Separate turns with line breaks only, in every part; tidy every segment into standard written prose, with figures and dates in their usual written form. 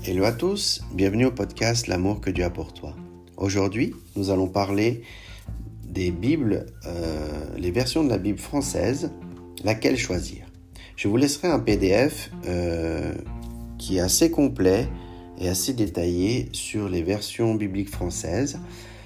Hello à tous, bienvenue au podcast L'amour que Dieu a pour toi. Aujourd'hui, nous allons parler des Bibles, les versions de la Bible française, laquelle choisir. Je vous laisserai un PDF qui est assez complet et assez détaillé sur les versions bibliques françaises.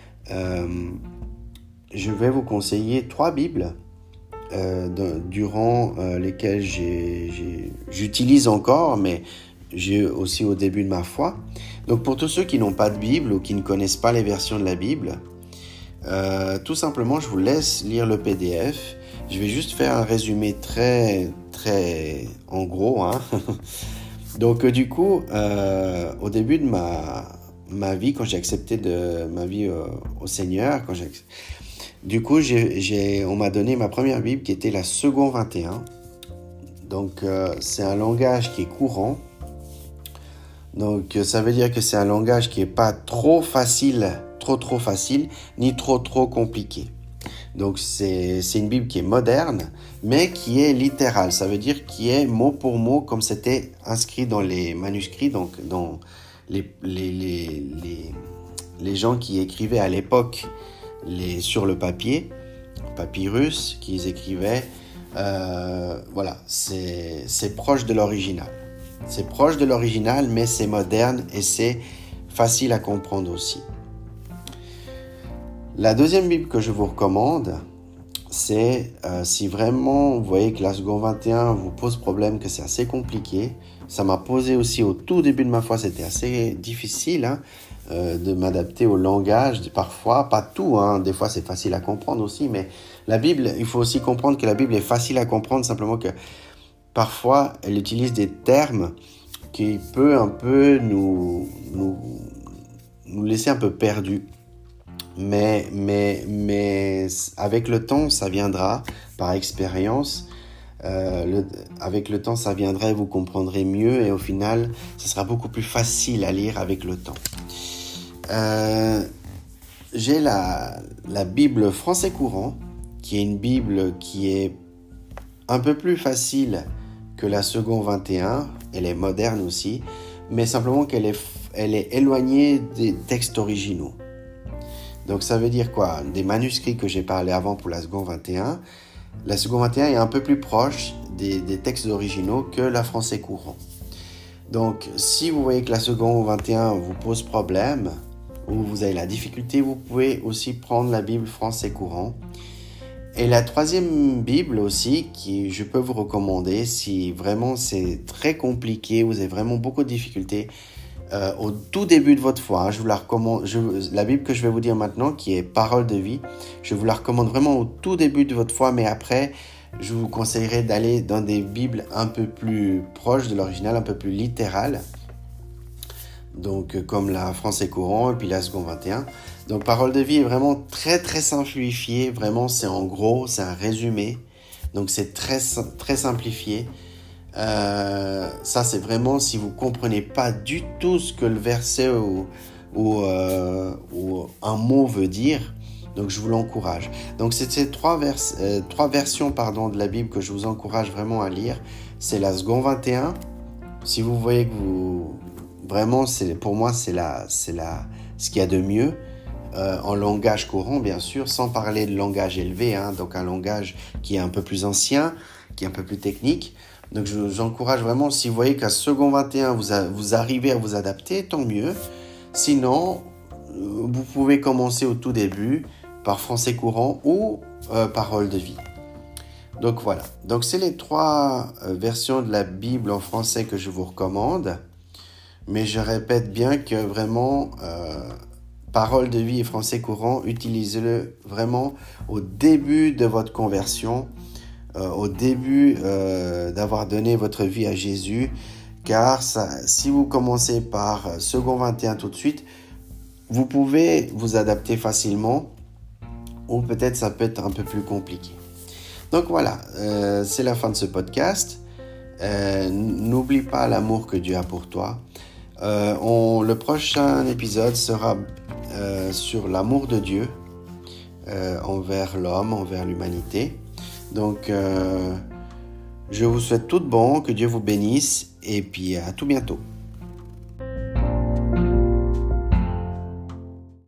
Je vais vous conseiller 3 Bibles durant lesquelles j'utilise encore, mais j'ai aussi au début de ma foi. Donc pour tous ceux qui n'ont pas de Bible ou qui ne connaissent pas les versions de la Bible, tout simplement je vous laisse lire le PDF. Je vais juste faire un résumé très en gros. Donc du coup, au début de ma vie, quand j'ai accepté ma vie au Seigneur, du coup on m'a donné ma première Bible qui était la Second 21. Donc c'est un langage qui est courant. Donc ça veut dire que c'est un langage qui est pas trop facile, trop facile, ni trop compliqué. Donc c'est une Bible qui est moderne, mais qui est littérale. Ça veut dire qui est mot pour mot comme c'était inscrit dans les manuscrits, donc dans les gens qui écrivaient à l'époque sur le papyrus qu'ils écrivaient. Voilà, c'est proche de l'original. C'est proche de l'original, mais c'est moderne et c'est facile à comprendre aussi. La deuxième Bible que je vous recommande, c'est si vraiment vous voyez que la Second 21 vous pose problème, que c'est assez compliqué. Ça m'a posé aussi au tout début de ma foi, c'était assez difficile de m'adapter au langage, parfois, pas tout, des fois c'est facile à comprendre aussi, mais la Bible, il faut aussi comprendre que la Bible est facile à comprendre, simplement que parfois, elle utilise des termes qui peuvent un peu nous laisser un peu perdus. Mais avec le temps, ça viendra par expérience. Avec le temps, ça viendra et vous comprendrez mieux. Et au final, ce sera beaucoup plus facile à lire avec le temps. J'ai la Bible français courant, qui est une Bible qui est un peu plus facile que la Second 21, elle est moderne aussi, mais simplement qu'elle est éloignée des textes originaux. Donc ça veut dire quoi? Des manuscrits que j'ai parlé avant pour la Second 21, la Second 21 est un peu plus proche des textes originaux que la français courant. Donc si vous voyez que la Second 21 vous pose problème, ou vous avez la difficulté, vous pouvez aussi prendre la Bible français courant. Et la troisième Bible aussi, qui je peux vous recommander si vraiment c'est très compliqué, vous avez vraiment beaucoup de difficultés au tout début de votre foi. Je vous la recommande. La Bible que je vais vous dire maintenant, qui est Parole de vie, je vous la recommande vraiment au tout début de votre foi, mais après, je vous conseillerais d'aller dans des Bibles un peu plus proches de l'original, un peu plus littérales. Donc comme la français courant et puis la Second 21. Donc Parole de vie est vraiment très simplifié, vraiment c'est en gros, c'est un résumé. Donc c'est très simplifié. Ça c'est vraiment si vous comprenez pas du tout ce que le verset ou un mot veut dire. Donc je vous l'encourage. Donc c'est ces trois versions de la Bible que je vous encourage vraiment à lire. C'est la Second 21. Si vous voyez que vraiment, pour moi, c'est ce qu'il y a de mieux en langage courant, bien sûr, sans parler de langage élevé, donc un langage qui est un peu plus ancien, qui est un peu plus technique. Donc, j'encourage vraiment, si vous voyez qu'à Second 21, vous arrivez à vous adapter, tant mieux. Sinon, vous pouvez commencer au tout début par français courant ou Parole de vie. Donc, voilà. Donc, c'est les 3 versions de la Bible en français que je vous recommande. Mais je répète bien que vraiment, Parole de vie et français courant, utilisez-le vraiment au début de votre conversion, au début d'avoir donné votre vie à Jésus, car si vous commencez par Second 21 tout de suite, vous pouvez vous adapter facilement, ou peut-être ça peut être un peu plus compliqué. Donc voilà, c'est la fin de ce podcast. N'oublie pas l'amour que Dieu a pour toi. Le prochain épisode sera sur l'amour de Dieu envers l'homme, envers l'humanité. Donc, je vous souhaite tout de bon, que Dieu vous bénisse et puis à tout bientôt.